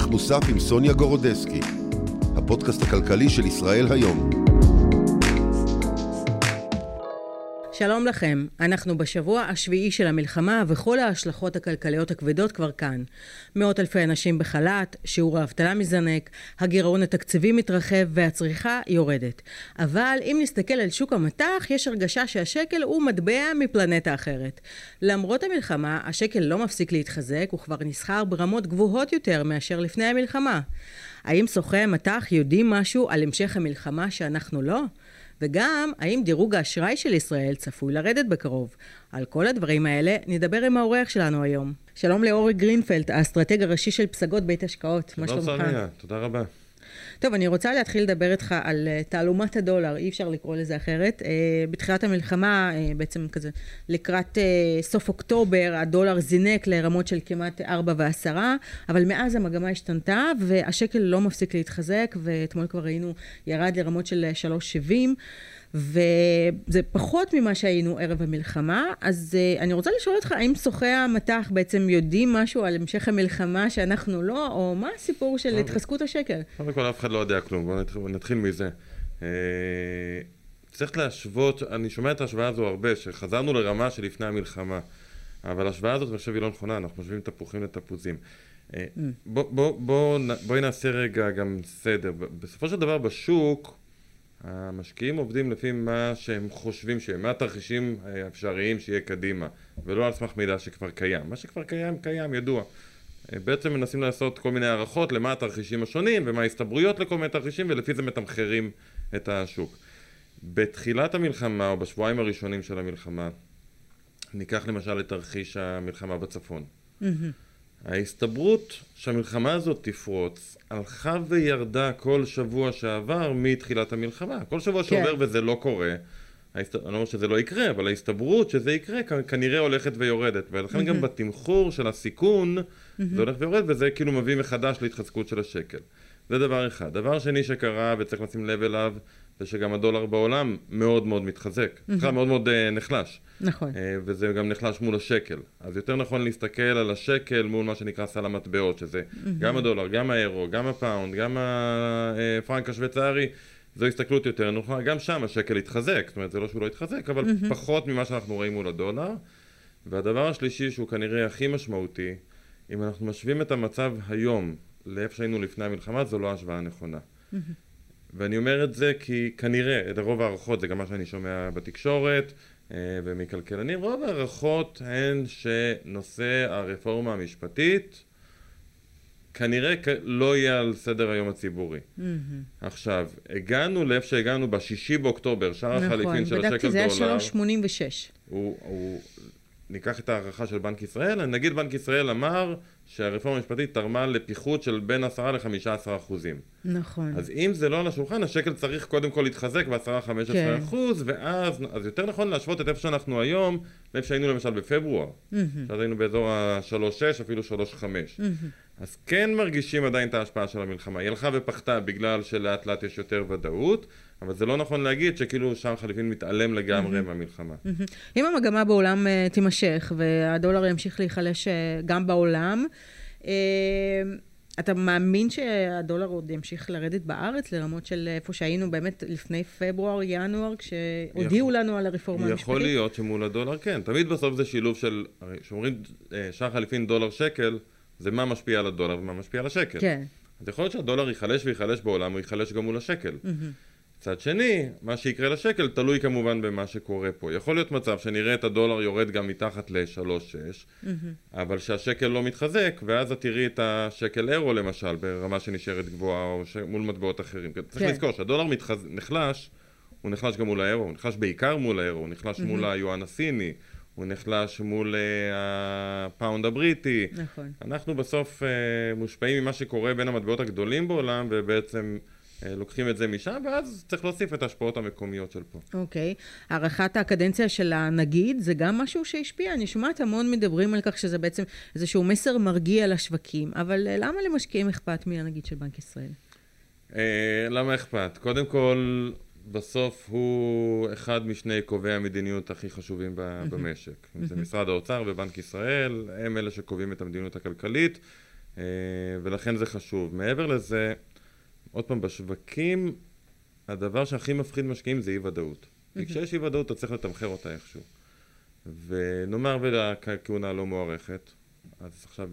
מוסף עם סוניה גורודסקי, הפודקאסט הכלכלי של ישראל היום. שלום לכם, אנחנו בשבוע השביעי של המלחמה וכל ההשלכות הכלכליות הכבדות כבר כאן. מאות אלפי אנשים בחל"ת, שיעור האבטלה מזנק, הגירעון התקציבי מתרחב והצריכה יורדת. אבל אם נסתכל על שוק המטח, יש הרגשה שהשקל הוא מטבע מפלנטה אחרת. למרות המלחמה, השקל לא מפסיק להתחזק, הוא כבר נסחר ברמות גבוהות יותר מאשר לפני המלחמה. האם סוחרי המטח יודעים משהו על המשך המלחמה שאנחנו לא? וגם, האם דירוג האשראי של ישראל צפוי לרדת בקרוב? על כל הדברים האלה נדבר עם האורח שלנו היום. שלום לאורי גרינפלד, האסטרטג הראשי של פסגות בית השקעות. מה שלומך? שלום סוניה, תודה רבה. טוב, אני רוצה להתחיל לדבר איתך על תעלומת הדולר, אי אפשר לקרוא לזה אחרת. בתחילת המלחמה, בעצם כזה, לקראת סוף אוקטובר, הדולר זינק לרמות של כמעט 4 ו10, אבל מאז המגמה השתנתה, והשקל לא מפסיק להתחזק, ואתמול כבר ראינו ירד לרמות של 3.70, וזה פחות ממה שהיינו ערב המלחמה. אז אני רוצה לשאול אותך, האם סוחרי המטח בעצם יודעים משהו על המשך המלחמה שאנחנו לא, או מה הסיפור של התחזקות השקל? קודם כל, אף אחד לא יודע כלום, בואו נתחיל מזה. צריך להשוות, אני שומע את ההשוואה הזו הרבה, שחזרנו לרמה שלפני המלחמה, אבל ההשוואה הזאת אני חושב היא לא נכונה, אנחנו משווים תפוחים לתפוזים. בואי נעשה רגע גם סדר. בסופו של דבר בשוק, המשקיעים עובדים לפי מה שהם חושבים שהם, מה התרחישים האפשריים שיהיה קדימה, ולא על סמך מידע שכבר קיים. מה שכבר קיים, ידוע. בעצם מנסים לעשות כל מיני הערכות למה התרחישים השונים, ומה ההסתברויות לכל מיני תרחישים, ולפי זה מתמחרים את השוק. בתחילת המלחמה, או בשבועיים הראשונים של המלחמה, ניקח למשל את תרחיש המלחמה בצפון. ההסתברות שהמלחמה הזאת תפרוץ הלכה וירדה כל שבוע שעבר מתחילת המלחמה. כל שבוע שעובר וזה לא קורה, אני לא אומר שזה לא יקרה, אבל ההסתברות שזה יקרה כנראה הולכת ויורדת. ולכן גם בתמחור של הסיכון זה הולך ויורד, וזה כאילו מביא מחדש להתחזקות של השקל. זה דבר אחד. דבר שני שקרה וצריך לשים לב אליו, זה שגם הדולר בעולם מאוד מאוד מתחזק. מאוד מאוד נחלש. נכון. וזה גם נחלש מול השקל. אז יותר נכון להסתכל על השקל מול מה שנקרא סל המטבעות, שזה גם הדולר, גם האירו, גם הפאונד, גם הפרנק השוויצרי, זו הסתכלות יותר נוחה. גם שם השקל התחזק, זאת אומרת, זה לא שהוא לא התחזק, אבל פחות ממה שאנחנו רואים מול הדולר. והדבר השלישי שהוא כנראה הכי משמעותי, אם אנחנו משווים את המצב היום לאיפה שהיינו לפני המלחמה, זו לא השוואה נכונה. ואני אומר את זה כי כנראה, לרוב הערכות, זה גם מה שאני שומע בתקשורת ומכלכלנים, רוב הערכות הן שנושא הרפורמה המשפטית כנראה לא יהיה על סדר היום הציבורי. עכשיו, הגענו לאיפה שהגענו בשישי באוקטובר, שער החליפין של השקל דולר. בדקתי, זה היה 3.86. ניקח את הערכה של בנק ישראל, נגיד בנק ישראל אמר שהרפורמה המשפטית תרמה לפיחות של בין 10 ל-15%. נכון. אז אם זה לא על השולחן, השקל צריך קודם כל להתחזק ב-10-15%, ואז יותר נכון להשוות את איפה שאנחנו היום, לאיפה שהיינו למשל בפברואר. שאז היינו באזור ה-3.6, אפילו 3.5. אז כן מרגישים עדיין את ההשפעה של המלחמה. היא הלכה ופחתה בגלל שלאט לאט יש יותר ודאות, אבל זה לא נכון להגיד שכאילו שער חליפין מתעלם לגמרי מהמלחמה. אם המגמה בעולם תימשך והדולר ימשיך להיחלש גם בעולם, אתה מאמין שהדולר עוד ימשיך לרדת בארץ לרמות של איפה שהיינו באמת לפני פברואר, ינואר, כשהודיעו לנו על הרפורמה המשפטית? יכול להיות שמול הדולר כן. תמיד בסוף זה שילוב של, שאומרים שער חליפין דולר שקל, זה מה משפיע על הדולר ומה משפיע על השקל. כן. אז יכול להיות שהדולר ייחלש ויחלש בעולם, הוא ייחלש גם מול השקל. צד שני, מה שיקרה לשקל תלוי כמובן במה שקורה פה. יכול להיות מצב שנראה את הדולר יורד גם מתחת ל-3.6, אבל שהשקל לא מתחזק, ואז את תראי את השקל אירו למשל, ברמה שנשארת גבוהה או מול מטבעות אחרים. צריך לזכור שהדולר נחלש, הוא נחלש גם מול האירו, הוא נחלש בעיקר מול האירו, הוא נחלש מול היואן הסיני, הוא נחלש מול הפאונד הבריטי. נכון. אנחנו בסוף מושפעים ממה שקורה בין המטבעות הגדולים בעולם, ובעצם לוקחים את זה משם, ואז צריך להוסיף את ההשפעות המקומיות של פה. אוקיי. הערכת הקדנציה של הנגיד, זה גם משהו שהשפיע. אני שומעת המון מדברים על כך שזה בעצם איזשהו מסר מרגיע לשווקים, אבל למה למשקיעים אכפת מהנגיד של בנק ישראל? למה אכפת? קודם כל, בסוף הוא אחד משני קובעי המדיניות הכי חשובים במשק. זה משרד האוצר ובנק ישראל, הם אלה שקובעים את המדיניות הכלכלית, ולכן זה חשוב. מעבר לזה, עוד פעם, בשווקים, הדבר שהכי מפחיד משקיעים זה אי-ודאות. כי כשיש אי-ודאות, אתה צריך לתמחר אותה איכשהו. ונאמר ולכהונה לא מוערכת, אז עכשיו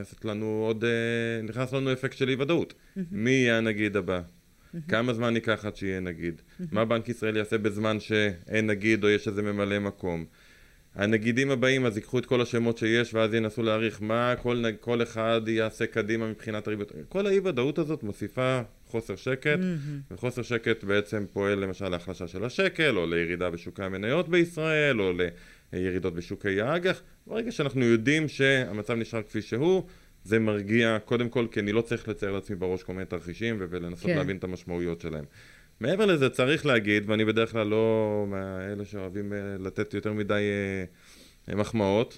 נכנס לנו אפקט של אי-ודאות. מי יהיה הנגיד הבא? כמה זמן ייקח עד שיהיה נגיד? מה בנק ישראל יעשה בזמן שאין נגיד או יש איזה ממלא מקום? הנגידים הבאים אז ייקחו את כל השמות שיש ואז ינסו להעריך מה כל אחד יעשה קדימה מבחינת הריבית. כל האי-ודאות הזאת מוסיפה חוסר שקט, וחוסר שקט בעצם פועל למשל להחלשה של השקל, או לירידה בשוקי המניות בישראל, או לירידות בשוקי האג"ח. ברגע שאנחנו יודעים שהמצב נשאר כפי שהוא, זה מרגיע קודם כל, כי אני לא צריך לצייר לעצמי בראש כל מיני תרחישים, ולנסות להבין את המשמעויות שלהם. מעבר לזה צריך להגיד, ואני בדרך כלל לא מאלה שאוהבים לתת יותר מדי מחמאות.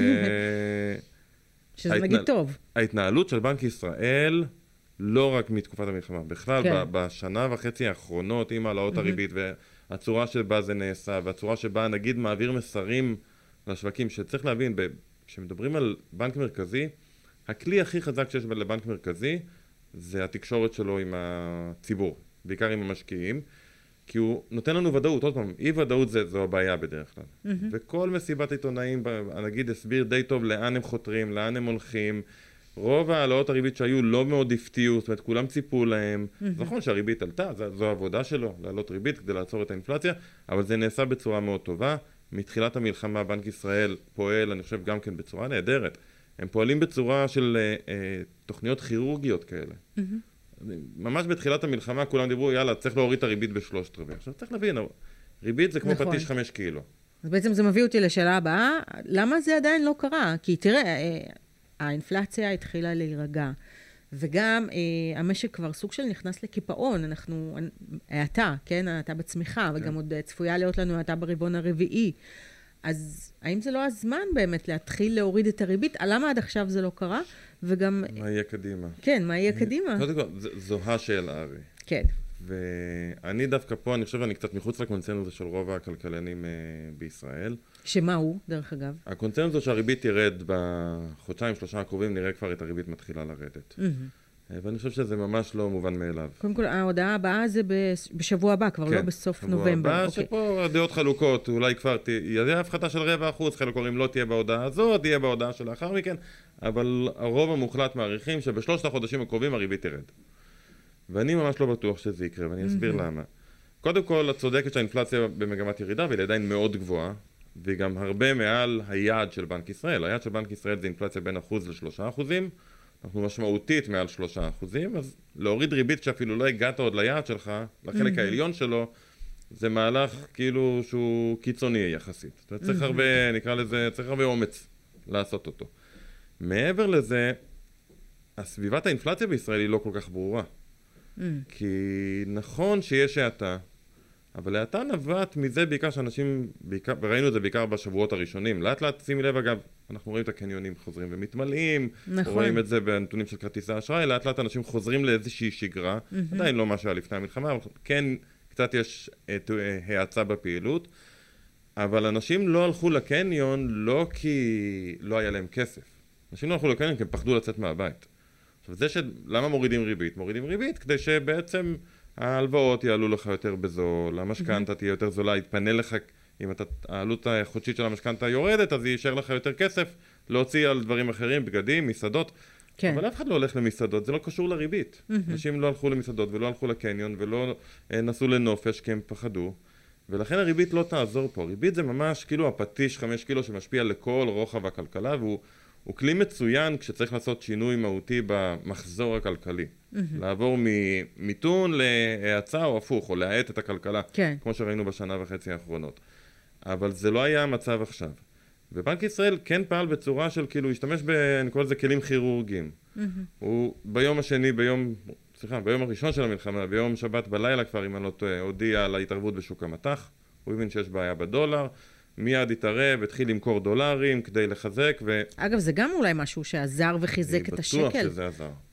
שזה נגיד טוב. ההתנהלות של בנק ישראל, לא רק מתקופת המלחמה, בכלל בשנה וחצי האחרונות, עם העלאות הריבית, והצורה שבה זה נעשה, והצורה שבה נגיד מעביר מסרים לשווקים, שצריך להבין, כשמדברים על בנק מרכזי, הכלי הכי חזק שיש לבנק מרכזי, זה התקשורת שלו עם הציבור. בעיקר עם המשקיעים, כי הוא נותן לנו ודאות. עוד פעם, אי ודאות זו הבעיה בדרך כלל. וכל מסיבת עיתונאים, נגיד, הסביר די טוב לאן הם חותרים, לאן הם הולכים. רוב העלאות הריבית שהיו לא מאוד הפתיעו, זאת אומרת, כולם ציפו להם. נכון שהריבית עלתה, זו העבודה שלו, לעלות ריבית כדי לעצור את האינפלציה, אבל זה נעשה בצורה מאוד טובה. מתחילת המלחמה, בנק ישראל פועל, אני חושב, גם כן בצורה נהדרת. הם פועלים בצורה של תוכניות כירורגיות כאלה. ממש בתחילת המלחמה כולם דיברו, יאללה, צריך להוריד את הריבית בשלושת רבעי. עכשיו צריך להבין, ריבית זה כמו פטיש 5 קילו. אז בעצם זה מביא אותי לשאלה הבאה, למה זה עדיין לא קרה? כי תראה, האינפלציה התחילה להירגע, וגם המשק כבר סוג של נכנס לקיפאון, האטה, כן? האטה בצמיחה, וגם עוד צפויה להיות לנו האטה ברבעון הרביעי. אז האם זה לא הזמן באמת להתחיל להוריד את הריבית? למה עד עכשיו זה לא קרה? וגם... מה יהיה קדימה? כן, מה יהיה קדימה? קודם כל, זו השאלה הרי. כן. ואני דווקא פה, אני חושב, אני קצת מחוץ לקונצנזוס של רוב הכלכלנים בישראל. שמה הוא, דרך אגב? הקונצנזוס שהריבית ירד בחודשיים, 3 הקרובים, נראה כבר את הריבית מתחילה לרדת. ואני חושב שזה ממש לא מובן מאליו. קודם כל, ההודעה הבאה זה בשבוע הבא, כבר לא בסוף נובמבר. הבא, שפה הדעות חלוקות, אולי כבר תהיה הפחתה של 0.25%, חלק קוראים לא תהיה בהודעה הזאת, תהיה בהודעה שלאחר מכן, אבל הרוב המוחלט מעריכים שבשלושת החודשים הקרובים הריבית תרד. ואני ממש לא בטוח שזה יקרה, ואני אסביר למה. קודם כל, את צודקת שהאינפלציה במגמת ירידה, והיא עדיין מאוד גבוהה, והיא גם הרבה מעל היעד של בנק ישראל. היעד של בנק ישראל זה אינפלציה בין 1% ל3%, אנחנו משמעותית מעל 3%, אז להוריד ריבית שאפילו לא הגעת עוד ליעד שלך, לחלק העליון שלו, זה מהלך כאילו שהוא קיצוני יחסית. אתה צריך הרבה, נקרא לזה, צריך הרבה אומץ לעשות אותו. מעבר לזה, הסביבת האינפלציה בישראל היא לא כל כך ברורה. כי נכון שיש האטה, אבל האטה נבעת מזה בעיקר שאנשים, וראינו את זה בעיקר בשבועות הראשונים, לאט לאט, שימי לב אגב, אנחנו רואים את הקניונים חוזרים ומתמלאים, נכון. רואים את זה בנתונים של כרטיסי האשראי, לאט לאט אנשים חוזרים לאיזושהי שגרה, עדיין לא מה שהיה לפני המלחמה, אבל כן קצת יש האצה בפעילות, אבל אנשים לא הלכו לקניון לא כי לא היה להם כסף, אנשים לא הלכו לקניון כי הם פחדו לצאת מהבית. עכשיו זה למה מורידים ריבית? מורידים ריבית כדי שבעצם ההלוואות יעלו לך יותר בזול, המשכנתה תהיה יותר זולה, יתפנה לך, אם העלות החודשית של המשכנתה יורדת, אז יישאר לך יותר כסף להוציא על דברים אחרים, בגדים, מסעדות. כן. אבל אף אחד לא הולך למסעדות, זה לא קשור לריבית. אנשים לא הלכו למסעדות ולא הלכו לקניון ולא נסעו לנופש כי הם פחדו. ולכן הריבית לא תעזור פה. ריבית זה ממש כאילו הפטיש 5 קילו שמשפיע לכל רוחב הכלכלה, והוא כלי מצוין כשצריך לעשות שינוי מהותי במחזור הכלכלי. לעבור ממיתון להאצה או הפוך, או להאט את הכלכלה, כן. כמו שראינו בשנה וחצי האחרונות. אבל זה לא היה המצב עכשיו. ובנק ישראל כן פעל בצורה של כאילו, השתמש אני קורא לזה כלים כירורגיים. הוא ביום השני, ביום הראשון של המלחמה, ביום שבת בלילה כבר, אם אני לא טועה, הודיע על ההתערבות בשוק המטח. הוא הבין שיש בעיה בדולר. מיד התערב, התחיל למכור דולרים כדי לחזק אגב, זה גם אולי משהו שעזר וחיזק את השקל. אני בטוח שזה עזר.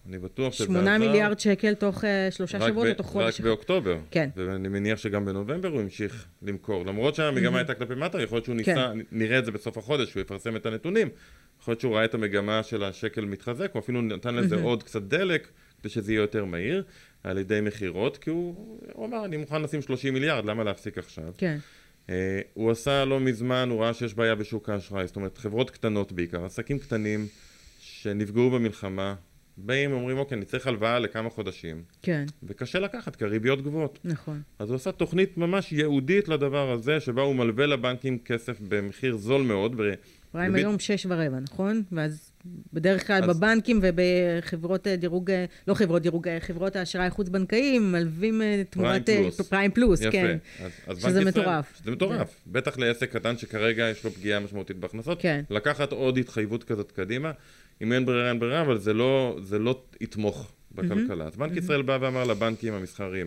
אני בטוח שזה עזר. 8 מיליארד שקל תוך 3 שבועות או תוך חודש. רק באוקטובר. כן. ואני מניח שגם בנובמבר הוא המשיך למכור. למרות שהמגמה הייתה כלפי מטה, יכול להיות שהוא ניסה, נראה את זה בסוף החודש, הוא יפרסם את הנתונים. יכול להיות שהוא ראה את המגמה של השקל מתחזק, הוא אפילו נתן לזה עוד קצת דלק, כדי שזה יהיה יותר מהיר, על ידי מחירות, כי הוא אמר, אני מוכן לשים 30 מיליארד, למה להפסיק עכשיו? כן. הוא עשה לא מזמן, הוא ראה שיש בעיה בשוק האשראי, זאת אומרת, חברות קטנות בעיקר, עסקים קטנים שנפגעו במלחמה, באים ואומרים, אוקיי, אני צריך הלוואה לכמה חודשים. כן. וקשה לקחת, כי הריביות גבוהות. נכון. אז הוא עשה תוכנית ממש ייעודית לדבר הזה, שבה הוא מלווה לבנקים כסף במחיר זול מאוד. פריים היום 6.25, נכון? ואז בדרך כלל בבנקים ובחברות דירוג, לא חברות דירוג, חברות האשראי חוץ-בנקאיים, מלווים תמורת פריים פלוס, כן. שזה מטורף. זה מטורף. בטח לעסק קטן שכרגע יש לו פגיעה משמעותית בהכנסות. לקחת עוד התחייבות כזאת קדימה. אם אין ברירה, אין ברירה, אבל זה לא יתמוך בכלכלה. אז בנק ישראל בא ואמר לבנקים המסחריים,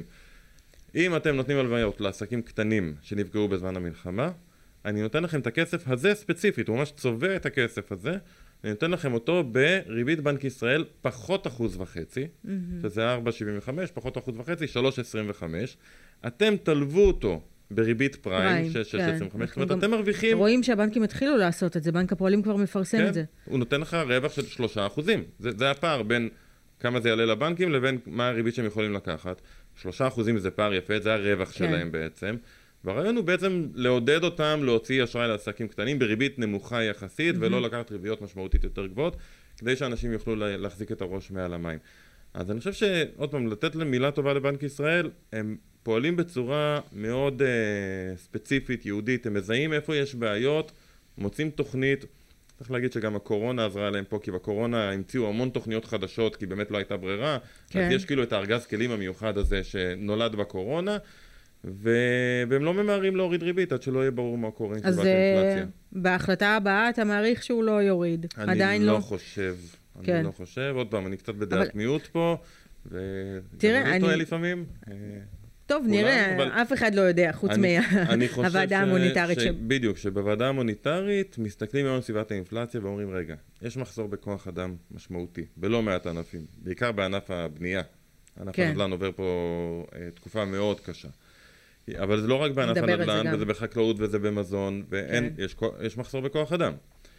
אם אתם נותנים הלוואות לעסקים קטנים שנפגעו בזמן המלחמה, אני נותן לכם את הכסף הזה ספציפית, הוא ממש צובע את הכסף הזה, אני נותן לכם אותו בריבית בנק ישראל פחות 1.5%, שזה 4.75, פחות 1.5%, 3.25. אתם תלוו אותו בריבית פריים, 6.25, זאת אומרת, אתם מרוויחים... רואים שהבנקים התחילו לעשות את זה, בנק הפועלים כבר מפרסם את זה. הוא נותן לך רווח של 3%. זה הפער בין כמה זה יעלה לבנקים לבין מה הריבית שהם יכולים לקחת. 3% זה פער יפה, זה הרווח שלהם בעצם. והרעיון הוא בעצם לעודד אותם להוציא אשראי לעסקים קטנים בריבית נמוכה יחסית, ולא לקחת ריביות משמעותית יותר גבוהות, כדי שאנשים יוכלו להחזיק את הראש מעל המים. אז אני חושב שעוד פעם, לתת למילה טובה לבנק ישראל, הם פועלים בצורה מאוד ספציפית, יהודית, הם מזהים איפה יש בעיות, מוצאים תוכנית, צריך להגיד שגם הקורונה עזרה להם פה, כי בקורונה המציאו המון תוכניות חדשות, כי באמת לא הייתה ברירה, אז יש כאילו את הארגז כלים המיוחד הזה שנולד בקורונה, והם לא ממהרים להוריד ריבית, עד שלא יהיה ברור מה קורה עם סיבת האינפלציה. אז בהחלטה הבאה אתה מעריך שהוא לא יוריד, עדיין לא? אני לא חושב, עוד פעם, אני קצת בדעת מיעוט פה, ואני טועה לפעמים. טוב, נראה, אף אחד לא יודע, חוץ מהוועדה המוניטרית. בדיוק, שבוועדה המוניטרית מסתכלים היום סביבת האינפלציה ואומרים, רגע, יש מחסור בכוח אדם משמעותי, בלא מעט ענפים, בעיקר בענף הבנייה. ענף הנדל"ן עובר פה תקופה מאוד קשה. אבל זה לא רק בענף הנדל"ן, וזה בחקלאות וזה במזון, ויש מחסור בכוח אדם.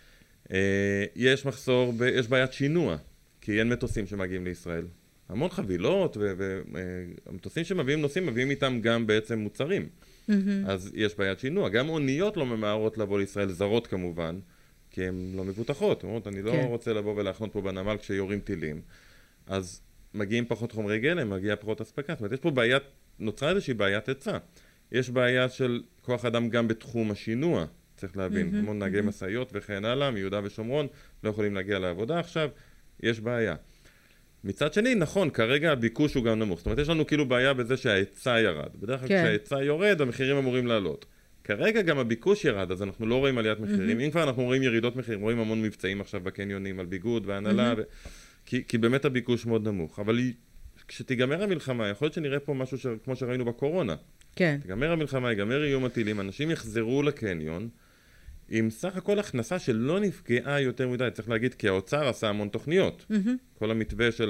יש בעיית שינוע, כי אין מטוסים שמגיעים לישראל. המון חבילות, והמטוסים שמביאים נוסעים, מביאים איתם גם בעצם מוצרים. אז יש בעיית שינוע. גם אוניות לא ממהרות לבוא לישראל, זרות כמובן, כי הן לא מבוטחות. אומרות, אני לא רוצה לבוא ולהחנות פה בנמל כשיורים טילים. אז מגיעים פחות חומרי גלם, מגיעה פחות הספקה. זאת אומרת, יש פה בעיית, נוצרה איזושהי בעיית היצע. יש בעיה של כוח אדם גם בתחום השינוע, צריך להבין. המון נהגי משאיות וכן הלאה, מיהודה ושומרון, לא יכולים להגיע לעבודה עכשיו, יש בעיה. מצד שני, נכון, כרגע הביקוש הוא גם נמוך. זאת אומרת, יש לנו כאילו בעיה בזה שההיצע ירד. בדרך כלל כשההיצע יורד, המחירים אמורים לעלות. כרגע גם הביקוש ירד, אז אנחנו לא רואים עליית מחירים. אם כבר אנחנו רואים ירידות מחירים, רואים המון מבצעים עכשיו בקניונים על ביגוד והנהלה, כי באמת הביקוש מאוד נמוך. אבל כשתיגמר המלחמה, יכול להיות שנראה פה משהו כמו שראינו בקורונה. כן. תיגמר המלחמה, ייגמר איום הטילים, אנשים יחזרו לקניון, עם סך הכל הכנסה שלא נפגעה יותר מדי, צריך להגיד, כי האוצר עשה המון תוכניות. כל המתווה של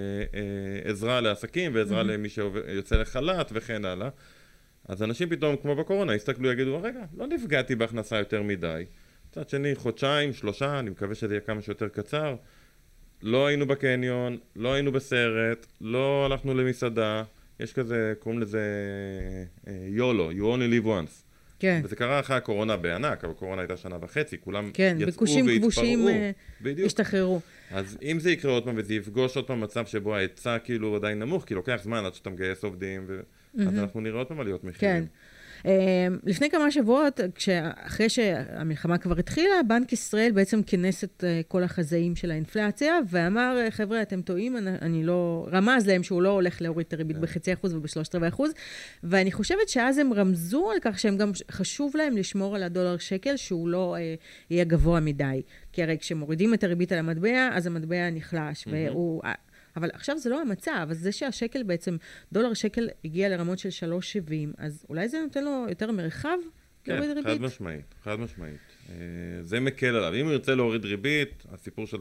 העזרה לעסקים, ועזרה למי שיוצא לחל"ת וכן הלאה. אז אנשים פתאום, כמו בקורונה, יסתכלו, יגידו, רגע, לא נפגעתי בהכנסה יותר מדי. מצד שני, חודשיים, 3, אני מקווה שזה יהיה כמה שיותר קצר. לא היינו בקניון, לא היינו בסרט, לא הלכנו למסעדה. יש כזה, קוראים לזה YOLO, you only live once. כן. וזה קרה אחרי הקורונה בענק, אבל הקורונה הייתה 1.5 שנה, כולם כן, יצאו ביקושים כבושים בדיוק. השתחררו. אז אם זה יקרה עוד פעם וזה יפגוש עוד פעם מצב שבו ההיצע כאילו עדיין נמוך, כי לוקח זמן עד שאתה מגייס עובדים, אז אנחנו נראה עוד פעם עליות מחירים. כן. לפני כמה שבועות, אחרי שהמלחמה כבר התחילה, בנק ישראל בעצם כינס את כל החזאים של האינפלציה, ואמר, חבר'ה, אתם טועים, אני לא... רמז להם שהוא לא הולך להוריד את הריבית ב0.5% וב3.25%, ואני חושבת שאז הם רמזו על כך שהם גם חשוב להם לשמור על הדולר שקל, שהוא לא יהיה גבוה מדי. כי הרי כשמורידים את הריבית על המטבע, אז המטבע נחלש, והוא... אבל עכשיו זה לא המצב, אז זה שהשקל בעצם, דולר שקל הגיע לרמות של 3.70, אז אולי זה נותן לו יותר מרחב להוריד ריבית? חד משמעית. זה מקל עליו. אם הוא ירצה להוריד ריבית, הסיפור של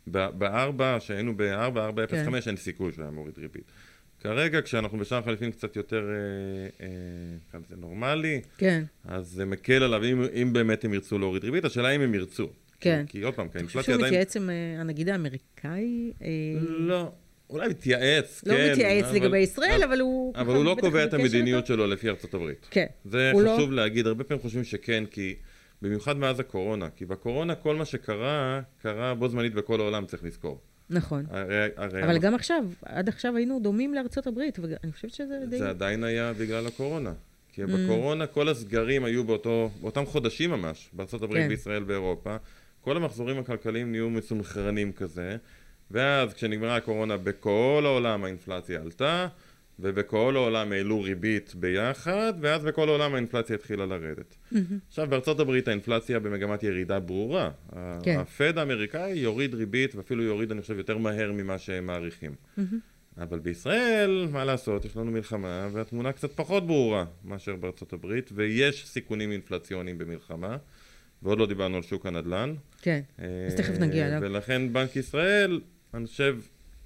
ב-4, שהיינו ב-4.05, אין סיכוי שהוא היה מוריד ריבית. כרגע, כשאנחנו בשער חליפין קצת יותר זה נורמלי, כן. אז זה מקל עליו, אם באמת הם ירצו להוריד ריבית, השאלה אם הם ירצו. כן. כי עוד פעם, כי האינפלציה עדיין... אתה חושב שהוא מתייעץ עם הנגיד האמריקאי? לא. אולי מתייעץ, כן. לא מתייעץ לגבי ישראל, אבל הוא... אבל הוא לא קובע את המדיניות שלו לפי ארצות הברית. כן. זה חשוב להגיד, הרבה פעמים חושבים שכן, כי במיוחד מאז הקורונה, כי בקורונה כל מה שקרה, קרה בו זמנית בכל העולם, צריך לזכור. נכון. אבל גם עכשיו, עד עכשיו היינו דומים לארצות הברית, ואני חושבת שזה די... זה עדיין היה בגלל הקורונה. כי בקורונה כל הסגרים היו באותם חודשים ממש, בארצות הברית, בישראל, באירופה. כל המחזורים הכלכליים נהיו מסונכרנים כזה. ואז כשנגמרה הקורונה, בכל העולם האינפלציה עלתה, ובכל העולם העלו ריבית ביחד, ואז בכל העולם האינפלציה התחילה לרדת. עכשיו, בארצות הברית האינפלציה במגמת ירידה ברורה. הפד האמריקאי יוריד ריבית, ואפילו יוריד, אני חושב, יותר מהר ממה שהם מעריכים. אבל בישראל, מה לעשות? יש לנו מלחמה, והתמונה קצת פחות ברורה מאשר בארצות הברית, ויש סיכונים אינפלציוניים במלחמה, ועוד לא דיברנו על שוק הנדל"ן. כן, אז תכף נגיע אליו. ולכן בנק ישראל, אני חושב,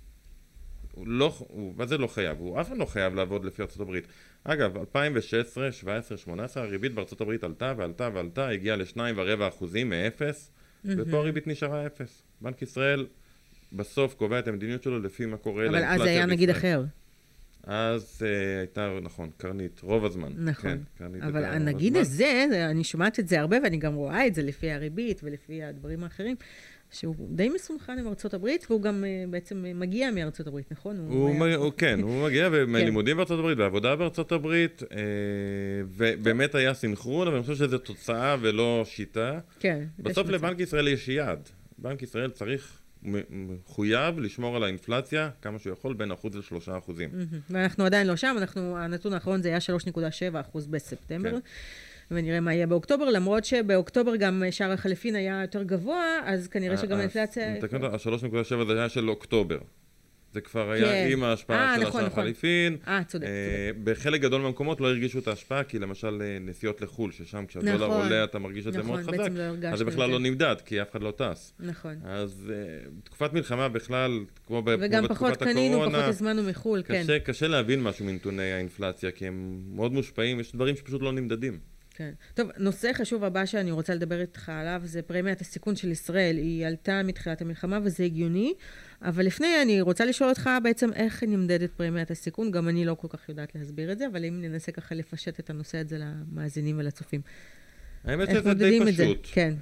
מה זה לא חייב? הוא אף פעם לא חייב לעבוד לפי ארצות הברית. אגב, 2016, 2017, 2018, הריבית בארצות הברית עלתה ועלתה ועלתה, הגיעה ל2.25% מאפס, ופה הריבית נשארה אפס. בנק ישראל בסוף קובע את המדיניות שלו לפי מה קורה לאינפלציה בישראל. אבל אז היה נגיד אחר. אז הייתה, נכון, קרנית, רוב הזמן. נכון, אבל הנגיד הזה, אני שומעת את זה הרבה, ואני גם רואה את זה לפי הריבית ולפי הדברים האחרים, שהוא די מסונכן עם ארצות הברית, והוא גם בעצם מגיע מארצות הברית, נכון? כן, הוא מגיע מלימודים בארצות הברית, בעבודה בארצות הברית, ובאמת היה סינכרון, אבל אני חושב שזו תוצאה ולא שיטה. כן. בסוף לבנק ישראל יש יעד. בנק ישראל צריך... מחויב לשמור על האינפלציה כמה שהוא יכול בין 1% ל3%. ואנחנו עדיין לא שם, הנתון האחרון זה היה 3.7% בספטמבר, ונראה מה יהיה באוקטובר, למרות שבאוקטובר גם שער החליפין היה יותר גבוה, אז כנראה שגם האינפלציה... ה-3.7 זה היה של אוקטובר. זה כבר היה עם ההשפעה של השער החליפין. צודק. בחלק גדול מהמקומות לא הרגישו את ההשפעה, כי למשל נסיעות לחול, ששם כשהדולר עולה אתה מרגיש את זה מאוד חזק, אז זה בכלל לא נמדד, כי אף אחד לא טס. נכון. אז תקופת מלחמה בכלל, כמו בתקופת הקורונה, וגם פחות קנינו, פחות הזמנו מחול, כן. קשה להבין משהו מנתוני האינפלציה, כי הם מאוד מושפעים, יש דברים שפשוט לא נמדדים. כן. טוב, נושא חשוב הבא שאני רוצה לדבר איתך עליו, זה פרמיית הסיכון של ישראל. היא עלתה מתחילת המלחמה וזה הגיוני, אבל לפני אני רוצה לשאול אותך בעצם איך נמדדת פרמיית הסיכון, גם אני לא כל כך יודעת להסביר את זה, אבל אם ננסה ככה לפשט את הנושא הזה למאזינים ולצופים. האמת שזה די פשוט. כן.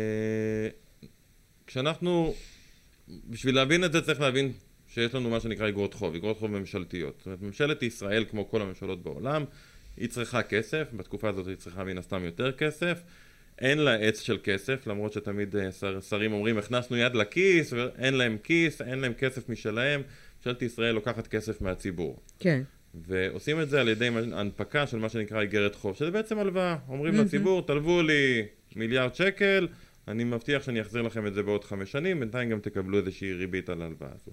כשאנחנו, בשביל להבין את זה צריך להבין שיש לנו מה שנקרא אגרות חוב ממשלתיות. זאת אומרת, ממשלת ישראל, כמו כל הממשלות בעולם, היא צריכה כסף, בתקופה הזאת היא צריכה מן הסתם יותר כסף, אין לה עץ של כסף, למרות שתמיד שרים אומרים, הכנסנו יד לכיס, ואין להם כיס, אין להם כסף משלהם, ממשלת ישראל לוקחת כסף מהציבור. כן. ועושים את זה על ידי הנפקה של מה שנקרא איגרת חוב, שזה בעצם הלוואה. אומרים לציבור, תלוו לי 1 מיליארד שקל, אני מבטיח שאני אחזיר לכם את זה בעוד 5 שנים, בינתיים גם תקבלו איזושהי ריבית על ההלוואה הזו.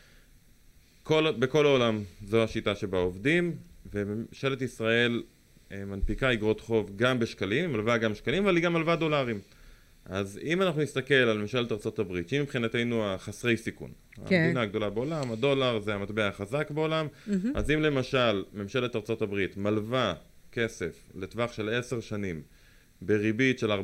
בכל העולם זו השיטה שבה עובדים, וממשלת ישראל מנפיקה איגרות חוב גם בשקלים, מלווה גם שקלים, אבל היא גם מלווה דולרים. אז אם אנחנו נסתכל על ממשלת ארצות הברית, שהיא מבחינתנו החסרי סיכון, כן. המדינה הגדולה בעולם, הדולר זה המטבע החזק בעולם, אז אם למשל ממשלת ארצות הברית מלווה כסף לטווח של 10 שנים בריבית של 4.5%,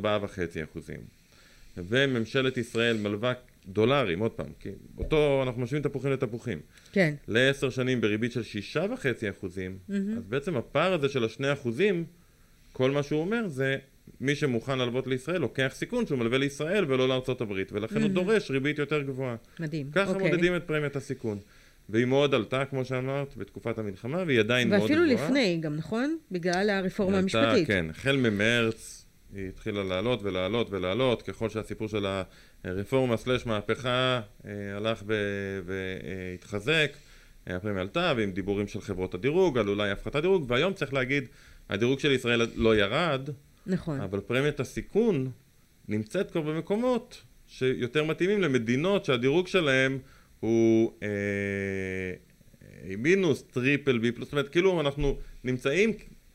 וממשלת ישראל מלווה דולרים, עוד פעם, כי אותו אנחנו משווים תפוחים לתפוחים. כן. ל10 שנים בריבית של 6.5%, אז בעצם הפער הזה של 2%, כל מה שהוא אומר זה מי שמוכן ללוות לישראל לוקח סיכון שהוא מלווה לישראל ולא לארצות הברית, ולכן הוא דורש ריבית יותר גבוהה. מדהים. ככה מודדים את פרמיית הסיכון. והיא מאוד עלתה, כמו שאמרת, בתקופת המלחמה, והיא עדיין מאוד גבוהה. ואפילו לפני, גם נכון? בגלל הרפורמה המשפטית. כן, החל ממרץ היא התחילה לעלות ולעלות ולעלות, ככל שהסיפור של הרפורמה / מהפכה הלך והתחזק, הפרמיה עלתה, ועם דיבורים של חברות הדירוג, על אולי הפחתת דירוג, והיום צריך להגיד, הדירוג של ישראל לא ירד, נכון. אבל פרמיית הסיכון נמצאת כבר במקומות שיותר מתאימים למדינות שהדירוג שלהם הוא מינוס, טריפל, בי פלוס, זאת אומרת, כאילו אנחנו נמצאים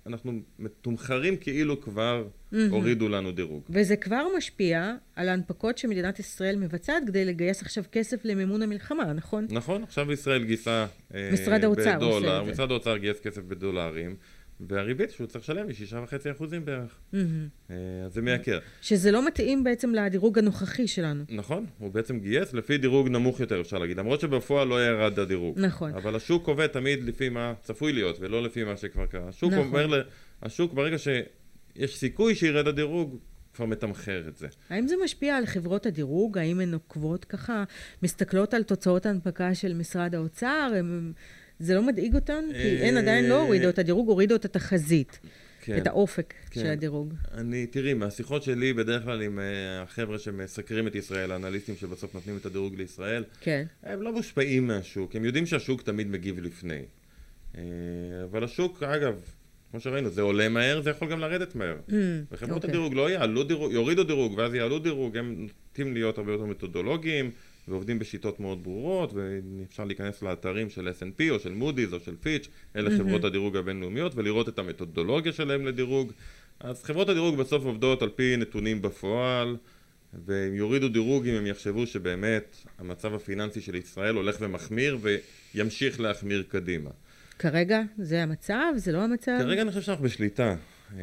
אנחנו מתומחרים כאילו כבר הורידו לנו דירוג. וזה כבר משפיע על ההנפקות שמדינת ישראל מבצעת כדי לגייס עכשיו כסף למימון המלחמה, נכון? נכון, עכשיו ישראל גייסה משרד האוצר עושה את זה. משרד האוצר גייס כסף בדולרים, והריבית שהוא צריך לשלם היא 6.5% בערך. אז זה מייקר. שזה לא מתאים בעצם לדירוג הנוכחי שלנו. נכון, הוא בעצם גייס לפי דירוג נמוך יותר, אפשר להגיד. למרות שבפועל לא ירד הדירוג. נכון. אבל השוק קובע תמיד לפי מה צפוי להיות, ולא לפי מה שכבר קרה. השוק אומר, השוק ברגע שיש סיכוי שירד הדירוג, כבר מתמחר את זה. האם זה משפיע על חברות הדירוג? האם הן עוקבות ככה, מסתכלות על תוצאות ההנפקה של משרד האוצר? זה לא מדאיג אותן? כי הן עדיין לא הורידו את הדירוג, הורידו את התחזית, את האופק של הדירוג. תראי, מהשיחות שלי בדרך כלל עם החבר'ה שמסקרים את ישראל, האנליסטים שבסוף נותנים את הדירוג לישראל, הם לא מושפעים מהשוק, הם יודעים שהשוק תמיד מגיב לפני. אבל השוק, אגב, כמו שראינו, זה עולה מהר, זה יכול גם לרדת מהר. וחברות הדירוג לא יעלו דירוג, יורידו דירוג, ואז יעלו דירוג, הם נוטים להיות הרבה יותר מתודולוגיים, ועובדים בשיטות מאוד ברורות, ואפשר להיכנס לאתרים של S&P או של מודי'ס או של פיץ', אלה חברות הדירוג הבינלאומיות, ולראות את המתודולוגיה שלהם לדירוג. אז חברות הדירוג בסוף עובדות על פי נתונים בפועל, והם יורידו דירוג אם הם יחשבו שבאמת המצב הפיננסי של ישראל הולך ומחמיר, וימשיך להחמיר קדימה. כרגע זה המצב? זה לא המצב? כרגע אני חושב שאנחנו בשליטה.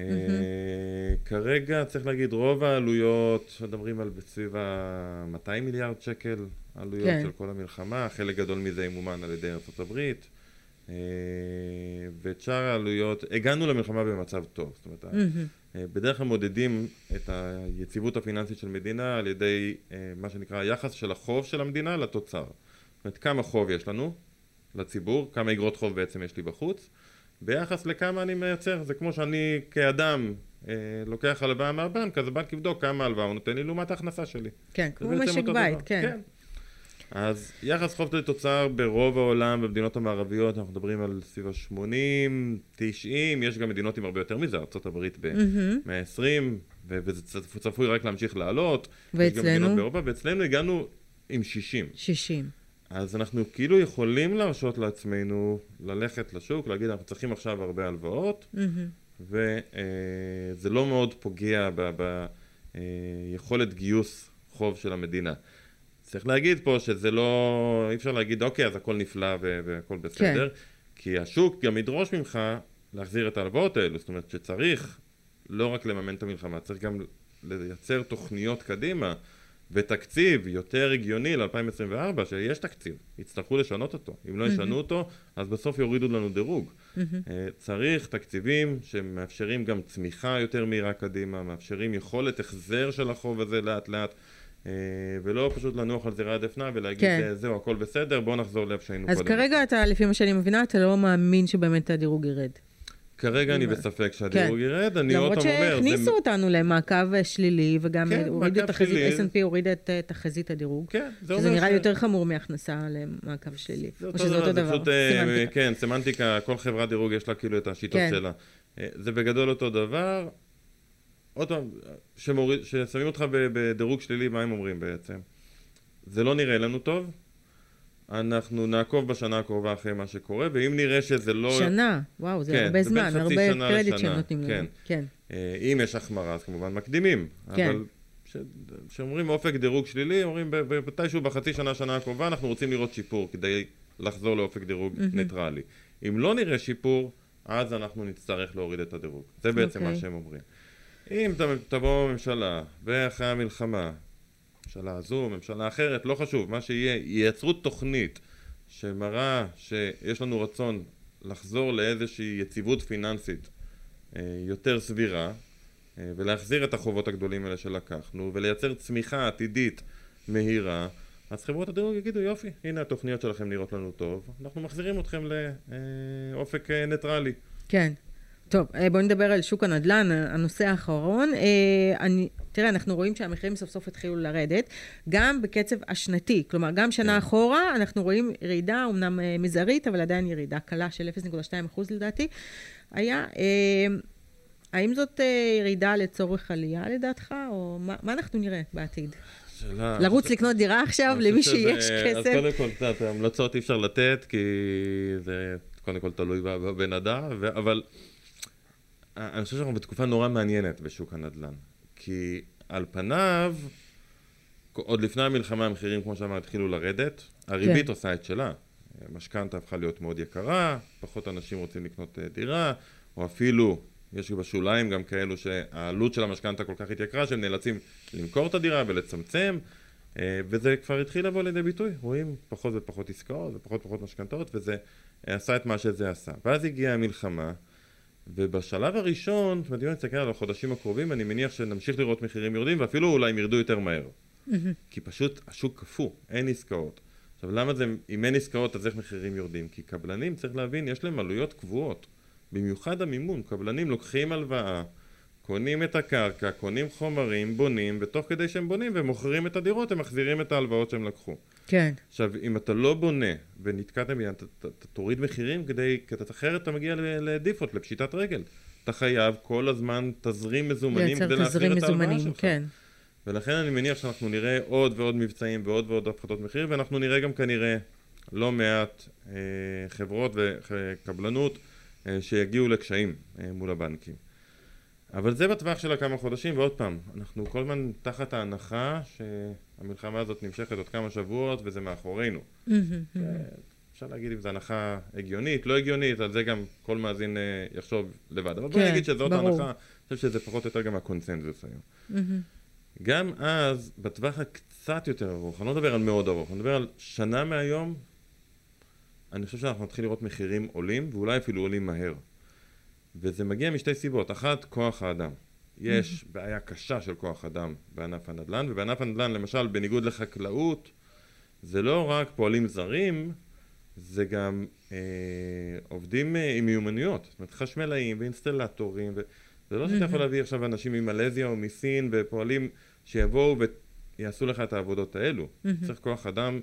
כרגע צריך להגיד רוב העלויות, מדברים על בסביב ה-200 מיליארד שקל עלויות של כל המלחמה, חלק גדול מזה ימומן על ידי ארצות הברית, ואת שאר העלויות, הגענו למלחמה במצב טוב, זאת אומרת, בדרך כלל מודדים את היציבות הפיננסית של מדינה על ידי מה שנקרא היחס של החוב של המדינה לתוצר. זאת אומרת, כמה חוב יש לנו לציבור, כמה אגרות חוב בעצם יש לי בחוץ, ביחס לכמה אני מייצר. זה כמו שאני כאדם לוקח הלוואה מהבנק, אז הבנק יבדוק כמה הלוואה הוא נותן לי לעומת ההכנסה שלי. כן, כמו משק בית, כן. אז יחס חוב לתוצר ברוב העולם, במדינות המערביות, אנחנו מדברים על סביב ה-80, 90, יש גם מדינות עם הרבה יותר מזה, ארצות הברית ב-120, וזה צפוי רק להמשיך לעלות. ואצלנו? ואצלנו הגענו עם 60. 60. אז אנחנו כאילו יכולים להרשות לעצמנו ללכת לשוק, להגיד אנחנו צריכים עכשיו הרבה הלוואות, וזה לא מאוד פוגע ביכולת גיוס חוב של המדינה. צריך להגיד פה שזה לא, אי אפשר להגיד אוקיי, אז הכל נפלא והכל בסדר, כי השוק גם ידרוש ממך להחזיר את ההלוואות האלו, זאת אומרת שצריך לא רק לממן את המלחמה, צריך גם לייצר תוכניות קדימה, ותקציב יותר הגיוני ל-2024, שיש תקציב, יצטרכו לשנות אותו. אם לא ישנו אותו, אז בסוף יורידו לנו דירוג. צריך תקציבים שמאפשרים גם צמיחה יותר מהירה קדימה, מאפשרים יכולת החזר של החוב הזה לאט לאט, ולא פשוט לנוח על זרי הדפנה ולהגיד, זהו, הכל בסדר, בואו נחזור לאיפה שהיינו קודם. אז כרגע אתה, לפי מה שאני מבינה, אתה לא מאמין שבאמת הדירוג ירד. כרגע אני בספק שהדירוג ירד, אני עוד פעם אומר... למרות שהכניסו אותנו למעקב שלילי, וגם הורידו את החזית, S&P הורידה את תחזית הדירוג. כן, זה אומר שזה נראה יותר חמור מהכנסה למעקב שלילי. או שזה אותו דבר, סמנטיקה. כן, סמנטיקה, כל חברת דירוג יש לה כאילו את השיטות שלה. זה בגדול אותו דבר. עוד פעם, ששמים אותך בדירוג שלילי, מה הם אומרים בעצם? זה לא נראה לנו טוב. אנחנו נעקוב בשנה הקרובה אחרי מה שקורה, ואם נראה שזה לא... שנה, וואו, זה הרבה זמן, הרבה קרדיט שהם נותנים לנו. כן. אם יש החמרה, אז כמובן מקדימים. אבל כשאומרים אופק דירוג שלילי, אומרים בתישהו בחצי שנה הקרובה, אנחנו רוצים לראות שיפור כדי לחזור לאופק דירוג ניטרלי. אם לא נראה שיפור, אז אנחנו נצטרך להוריד את הדירוג. זה בעצם מה שהם אומרים. אם תבוא ממשלה, ואחרי המלחמה, ממשלה הזו, ממשלה אחרת, לא חשוב, מה שיהיה, ייצרו תוכנית שמראה שיש לנו רצון לחזור לאיזושהי יציבות פיננסית יותר סבירה, ולהחזיר את החובות הגדולים האלה שלקחנו, ולייצר צמיחה עתידית מהירה, אז חברות הדירוג יגידו, יופי, הנה התוכניות שלכם נראות לנו טוב, אנחנו מחזירים אתכם לאופק ניטרלי. כן. טוב, בואו נדבר על שוק הנדל"ן, הנושא האחרון. תראה, אנחנו רואים שהמחירים סוף סוף התחילו לרדת, גם בקצב השנתי, כלומר, גם שנה אחורה, אנחנו רואים ירידה, אמנם מזערית, אבל עדיין ירידה קלה של 0.2% לדעתי. האם זאת ירידה לצורך עלייה לדעתך, או מה אנחנו נרר בעתיד? לרוץ לקנות דירה עכשיו, למי שיש כסף? אז קודם כל, את ההמלצות אי אפשר לתת, כי זה קודם כל תלוי בבן אדם, אבל אני חושב שאנחנו בתקופה נורא מעניינת בשוק הנדל"ן. כי על פניו, עוד לפני המלחמה המחירים, כמו שאמרת, התחילו לרדת. הריבית עושה את שלה. משכנתה הפכה להיות מאוד יקרה, פחות אנשים רוצים לקנות דירה, או אפילו, יש בשוליים גם כאלו שהעלות של המשכנתה כל כך התייקרה, שהם נאלצים למכור את הדירה ולצמצם, וזה כבר התחיל לבוא לידי ביטוי. רואים פחות ופחות עסקאות ופחות ופחות משכנתאות, וזה עשה את מה שזה עשה. ואז הגיעה המלחמה, ובשלב הראשון, אם אני מסתכל על החודשים הקרובים, אני מניח שנמשיך לראות מחירים יורדים, ואפילו אולי הם ירדו יותר מהר. כי פשוט השוק קפוא, אין עסקאות. עכשיו, למה זה, אם אין עסקאות, אז איך מחירים יורדים? כי קבלנים, צריך להבין, יש להם עלויות קבועות. במיוחד המימון, קבלנים לוקחים הלוואה, קונים את הקרקע, קונים חומרים, בונים, ותוך כדי שהם בונים ומוכרים את הדירות, הם מחזירים את ההלוואות שהם לקחו. כן. עכשיו, אם אתה לא בונה ונתקעתם ביד, אתה תוריד מחירים כי אחרת אתה מגיע לדיפולט, לפשיטת רגל. אתה חייב כל הזמן תזרים מזומנים כדי להחזיר את ההלוואה שלך. כן. ולכן אני מניח שאנחנו נראה עוד ועוד מבצעים ועוד ועוד הפחתות מחיר, ואנחנו נראה גם כנראה לא מעט חברות וקבלנות שיגיעו לקשיים מול הבנקים. אבל זה בטווח של כמה חודשים, ועוד פעם, אנחנו כל הזמן תחת ההנחה שהמלחמה הזאת נמשכת עוד כמה שבועות וזה מאחורינו. אפשר להגיד אם זו הנחה הגיונית, לא הגיונית, על זה גם כל מאזין יחשוב לבד. אבל בוא נגיד שזאת ההנחה, אני חושב שזה פחות או יותר גם הקונסנזוס היום. גם אז, בטווח הקצת יותר ארוך, אני לא מדבר על מאוד ארוך, אני מדבר על שנה מהיום, אני חושב שאנחנו נתחיל לראות מחירים עולים, ואולי אפילו עולים מהר. וזה מגיע משתי סיבות. אחת, כוח האדם. יש בעיה קשה של כוח אדם בענף הנדל"ן, ובענף הנדל"ן, למשל, בניגוד לחקלאות, זה לא רק פועלים זרים, זה גם עובדים עם מיומנויות. זאת אומרת, חשמלאים ואינסטלטורים, זה לא שאתה יכול להביא עכשיו אנשים ממלזיה או מסין, ופועלים שיבואו ויעשו לך את העבודות האלו. צריך כוח אדם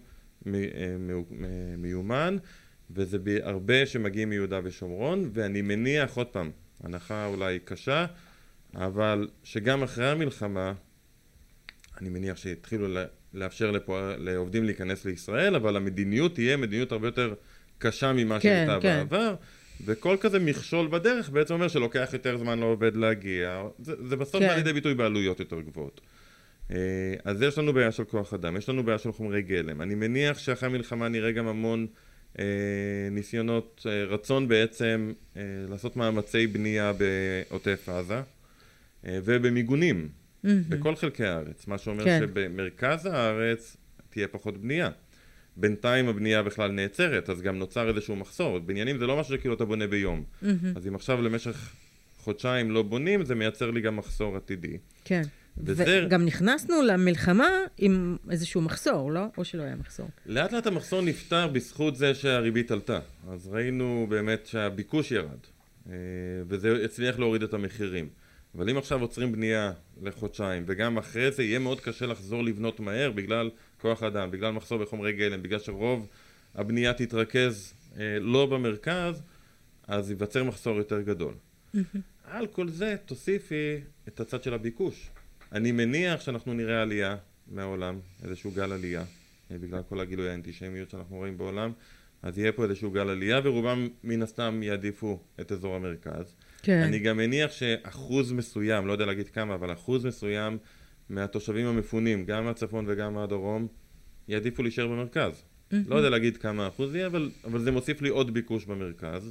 מיומן, וזה הרבה שמגיעים מיהודה ושומרון, ואני מניח, עוד פעם, הנחה אולי קשה, אבל שגם אחרי המלחמה, אני מניח שהתחילו לאפשר לעובדים להיכנס לישראל, אבל המדיניות תהיה מדיניות הרבה יותר קשה ממה שהייתה בעבר, וכל כזה מכשול בדרך בעצם אומר שלוקח יותר זמן לעובד להגיע, זה בסוף בא לידי ביטוי בעלויות יותר גבוהות. אז יש לנו בעיה של כוח אדם, יש לנו בעיה של חומרי גלם. אני מניח שאחרי המלחמה נראה גם המון ניסיונות, רצון בעצם לעשות מאמצי בנייה בעוטף עזה ובמיגונים בכל חלקי הארץ, מה שאומר שבמרכז הארץ תהיה פחות בנייה. בינתיים הבנייה בכלל נעצרת, אז גם נוצר איזשהו מחסור. בניינים זה לא משהו שכאילו אתה בונה ביום. אז אם עכשיו למשך חודשיים לא בונים, זה מייצר לי גם מחסור עתידי. כן. וגם נכנסנו למלחמה עם איזשהו מחסור, לא? או שלא היה מחסור? לאט לאט המחסור נפתר בזכות זה שהריבית עלתה. אז ראינו באמת שהביקוש ירד, וזה הצליח להוריד את המחירים. אבל אם עכשיו עוצרים בנייה לחודשיים, וגם אחרי זה יהיה מאוד קשה לחזור לבנות מהר בגלל כוח אדם, בגלל מחסור בחומרי גלם, בגלל שרוב הבנייה תתרכז לא במרכז, אז ייווצר מחסור יותר גדול. על כל זה תוסיפי את הצד של הביקוש. אני מניח שאנחנו נראה עלייה מהעולם, איזשהו גל עלייה, בגלל כל הגילוי האנטישמיות שאנחנו רואים בעולם, אז יהיה פה איזשהו גל עלייה, ורובם מן הסתם יעדיפו את אזור המרכז. כן. אני גם מניח שאחוז מסוים, לא יודע להגיד כמה, אבל אחוז מסוים מהתושבים המפונים, גם מהצפון וגם מהדרום, יעדיפו להישאר במרכז. לא יודע להגיד כמה אחוז יהיה, אבל זה מוסיף לי עוד ביקוש במרכז.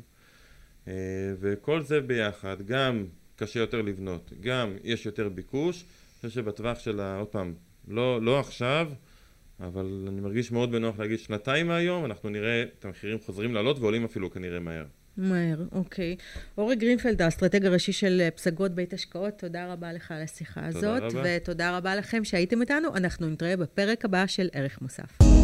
וכל זה ביחד, גם קשה יותר לבנות, גם יש יותר ביקוש, אני חושב שבטווח של, עוד פעם, לא עכשיו, אבל אני מרגיש מאוד בנוח להגיד שנתיים מהיום, אנחנו נראה את המחירים חוזרים לעלות ועולים אפילו כנראה מהר. מהר, אוקיי. אורי גרינפלד, האסטרטג הראשי של פסגות בית השקעות, תודה רבה לך על השיחה הזאת, ותודה רבה לכם שהייתם איתנו, אנחנו נתראה בפרק הבא של ערך מוסף.